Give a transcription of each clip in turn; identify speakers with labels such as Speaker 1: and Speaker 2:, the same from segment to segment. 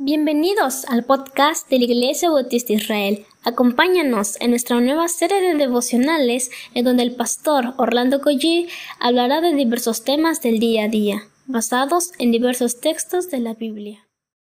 Speaker 1: Bienvenidos al podcast de la Iglesia Bautista Israel. Acompáñanos en nuestra nueva serie de devocionales en donde el pastor Orlando Collie hablará de diversos temas del día a día, basados en diversos textos de la Biblia.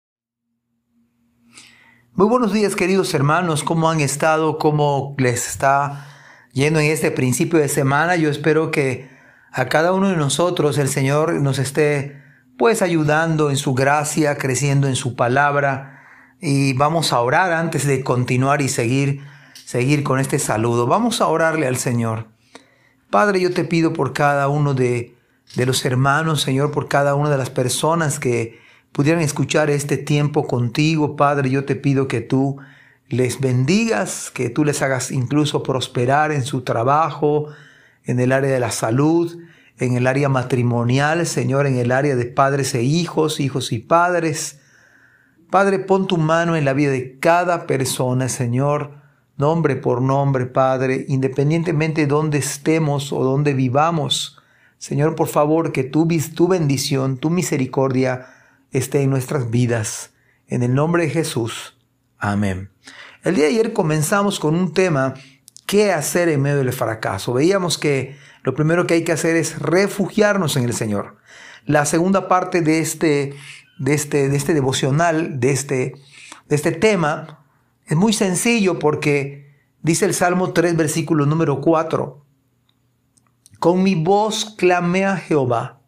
Speaker 2: Muy buenos días, queridos hermanos. ¿Cómo han estado? ¿Cómo les está yendo en este principio de semana? Yo espero que a cada uno de nosotros el Señor nos esté ayudando en su gracia, creciendo en su palabra. Y vamos a orar antes de continuar y seguir con este saludo. Vamos a orarle al Señor. Padre, yo te pido por cada uno de los hermanos, Señor, por cada una de las personas que pudieran escuchar este tiempo contigo. Padre, yo te pido que tú les bendigas, que tú les hagas incluso prosperar en su trabajo, en el área de la salud, en el área matrimonial, Señor, en el área de padres e hijos, hijos y padres. Padre, pon tu mano en la vida de cada persona, Señor, nombre por nombre, Padre, independientemente de dónde estemos o dónde vivamos. Señor, por favor, que tu bendición, tu misericordia esté en nuestras vidas. En el nombre de Jesús. Amén. El día de ayer comenzamos con un tema: ¿qué hacer en medio del fracaso? Veíamos que lo primero que hay que hacer es refugiarnos en el Señor. La segunda parte de este devocional, de este tema, es muy sencillo porque dice el Salmo 3, versículo número 4. Con mi voz clamé a Jehová,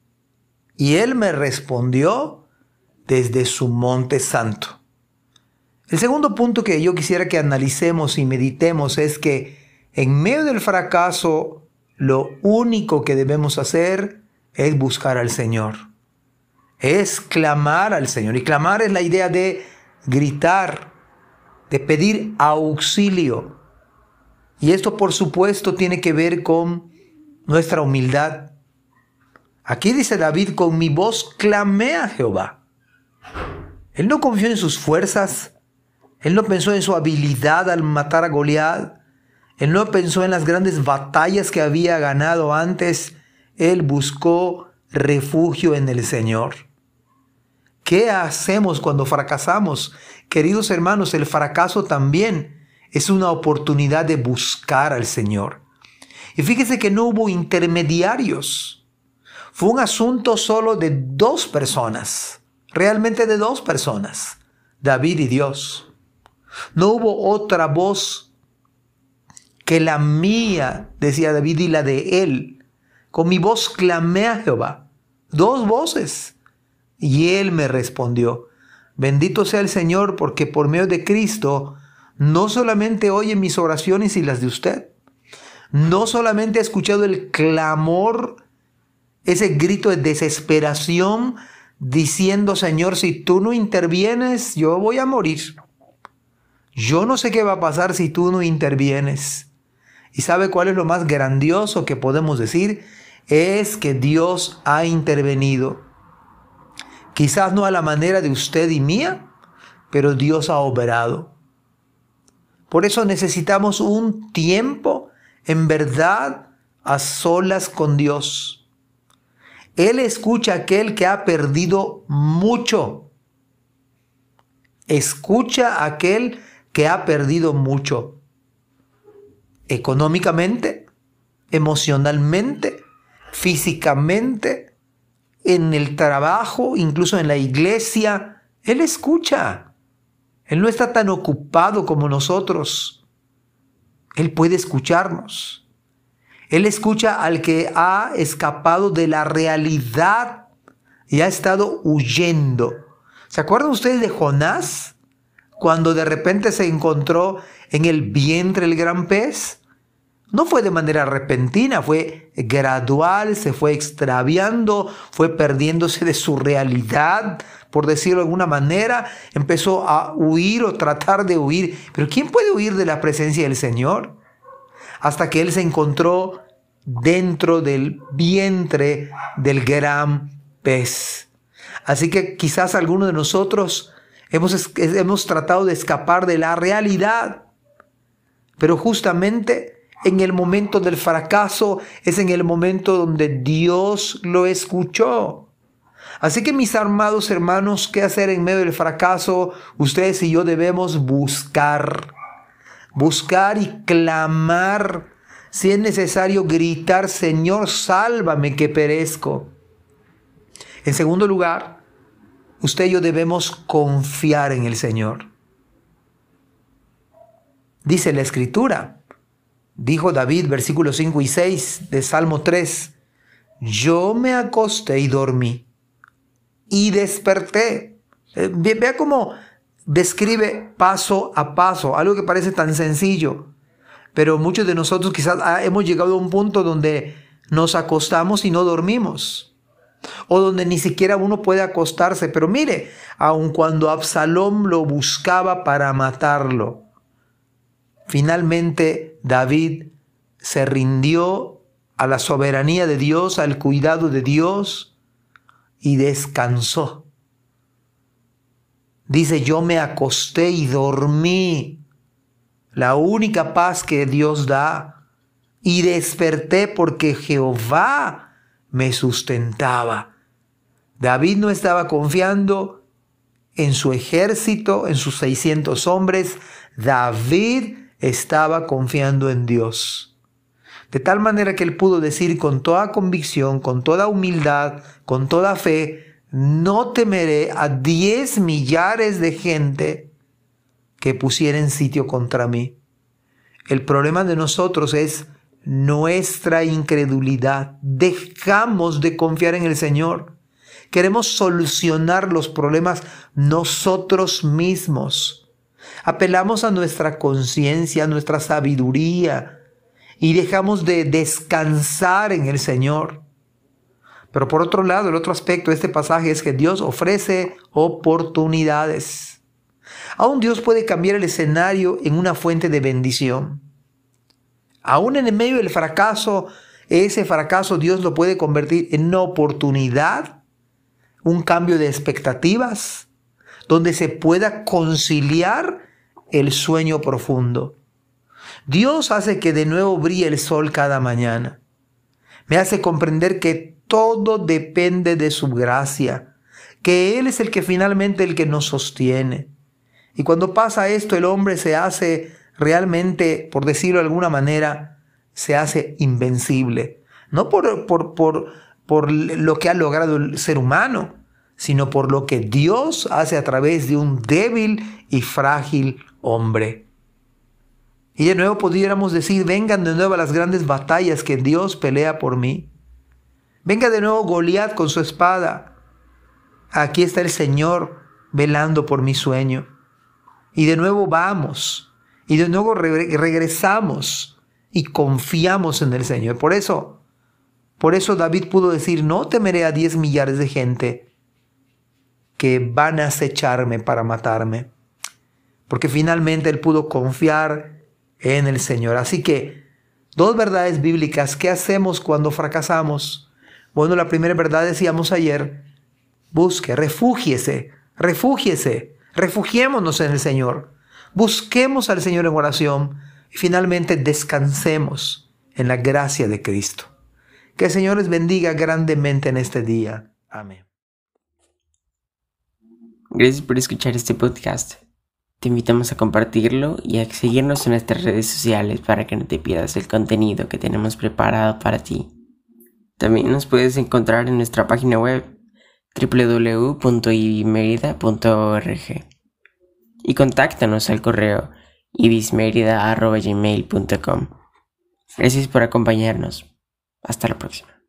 Speaker 2: y Él me respondió desde su monte santo. El segundo punto que yo quisiera que analicemos y meditemos es que en medio del fracaso, lo único que debemos hacer es buscar al Señor. Es clamar al Señor. Y clamar es la idea de gritar, de pedir auxilio. Y esto, por supuesto, tiene que ver con nuestra humildad. Aquí dice David: con mi voz clamé a Jehová. Él no confió en sus fuerzas. Él no pensó en su habilidad al matar a Goliat. Él no pensó en las grandes batallas que había ganado antes. Él buscó refugio en el Señor. ¿Qué hacemos cuando fracasamos? Queridos hermanos, el fracaso también es una oportunidad de buscar al Señor. Y fíjese que no hubo intermediarios. Fue un asunto solo de dos personas. Realmente de dos personas. David y Dios. No hubo otra voz que la mía, decía David, y la de él. Con mi voz clamé a Jehová. Dos voces. Y Él me respondió. Bendito sea el Señor, porque por medio de Cristo no solamente oye mis oraciones y las de usted. No solamente ha escuchado el clamor, ese grito de desesperación, diciendo: Señor, si tú no intervienes, yo voy a morir. Yo no sé qué va a pasar si tú no intervienes. ¿Y sabe cuál es lo más grandioso que podemos decir? Es que Dios ha intervenido. Quizás no a la manera de usted y mía, pero Dios ha obrado. Por eso necesitamos un tiempo, en verdad, a solas con Dios. Él escucha a aquel que ha perdido mucho. Escucha a aquel que ha perdido mucho. Económicamente, emocionalmente, físicamente, en el trabajo, incluso en la iglesia. Él escucha. Él no está tan ocupado como nosotros. Él puede escucharnos. Él escucha al que ha escapado de la realidad y ha estado huyendo. ¿Se acuerdan ustedes de Jonás? Cuando de repente se encontró en el vientre el gran pez. No fue de manera repentina, fue gradual, se fue extraviando, fue perdiéndose de su realidad, por decirlo de alguna manera. Empezó a huir o tratar de huir. Pero ¿quién puede huir de la presencia del Señor? Hasta que Él se encontró dentro del vientre del gran pez. Así que quizás algunos de nosotros hemos tratado de escapar de la realidad, pero justamente en el momento del fracaso es en el momento donde Dios lo escuchó. Así que mis amados hermanos, ¿qué hacer en medio del fracaso? Ustedes y yo debemos buscar y clamar. Si es necesario gritar, Señor, sálvame que perezco. En segundo lugar, usted y yo debemos confiar en el Señor. Dice la Escritura, dijo David, versículos 5 y 6 de Salmo 3, yo me acosté y dormí y desperté. Vea cómo describe paso a paso, algo que parece tan sencillo, pero muchos de nosotros quizás hemos llegado a un punto donde nos acostamos y no dormimos, o donde ni siquiera uno puede acostarse. Pero mire, aun cuando Absalom lo buscaba para matarlo, finalmente David se rindió a la soberanía de Dios, al cuidado de Dios, y descansó. Dice, yo me acosté y dormí, la única paz que Dios da, y desperté porque Jehová me sustentaba. David no estaba confiando en su ejército, en sus 600 hombres. David estaba confiando en Dios. De tal manera que él pudo decir con toda convicción, con toda humildad, con toda fe, no temeré a 10 millares de gente que pusieren sitio contra mí. El problema de nosotros es nuestra incredulidad. Dejamos de confiar en el Señor. Queremos solucionar los problemas nosotros mismos. Apelamos a nuestra conciencia, a nuestra sabiduría, y dejamos de descansar en el Señor. Pero por otro lado, el otro aspecto de este pasaje es que Dios ofrece oportunidades. Aún Dios puede cambiar el escenario en una fuente de bendición. Aún en el medio del fracaso, ese fracaso Dios lo puede convertir en una oportunidad, un cambio de expectativas, donde se pueda conciliar el sueño profundo. Dios hace que de nuevo brille el sol cada mañana. Me hace comprender que todo depende de su gracia, que Él es el que finalmente el que nos sostiene. Y cuando pasa esto, el hombre se hace realmente, por decirlo de alguna manera, se hace invencible. No por lo que ha logrado el ser humano, sino por lo que Dios hace a través de un débil y frágil hombre. Y de nuevo pudiéramos decir, vengan de nuevo las grandes batallas que Dios pelea por mí. Venga de nuevo Goliat con su espada. Aquí está el Señor velando por mi sueño. Y de nuevo vamos. Y de nuevo regresamos y confiamos en el Señor. Por eso David pudo decir, no temeré a 10 millares de gente que van a acecharme para matarme. Porque finalmente él pudo confiar en el Señor. Así que, dos verdades bíblicas. ¿Qué hacemos cuando fracasamos? Bueno, la primera verdad decíamos ayer, busque, refúgiese, refugiémonos en el Señor. Busquemos al Señor en oración y finalmente descansemos en la gracia de Cristo. Que el Señor les bendiga grandemente en este día. Amén.
Speaker 3: Gracias por escuchar este podcast. Te invitamos a compartirlo y a seguirnos en nuestras redes sociales para que no te pierdas el contenido que tenemos preparado para ti. También nos puedes encontrar en nuestra página web www.ibismerida.org y contáctanos al correo ibismerida@gmail.com. Gracias por acompañarnos. Hasta la próxima.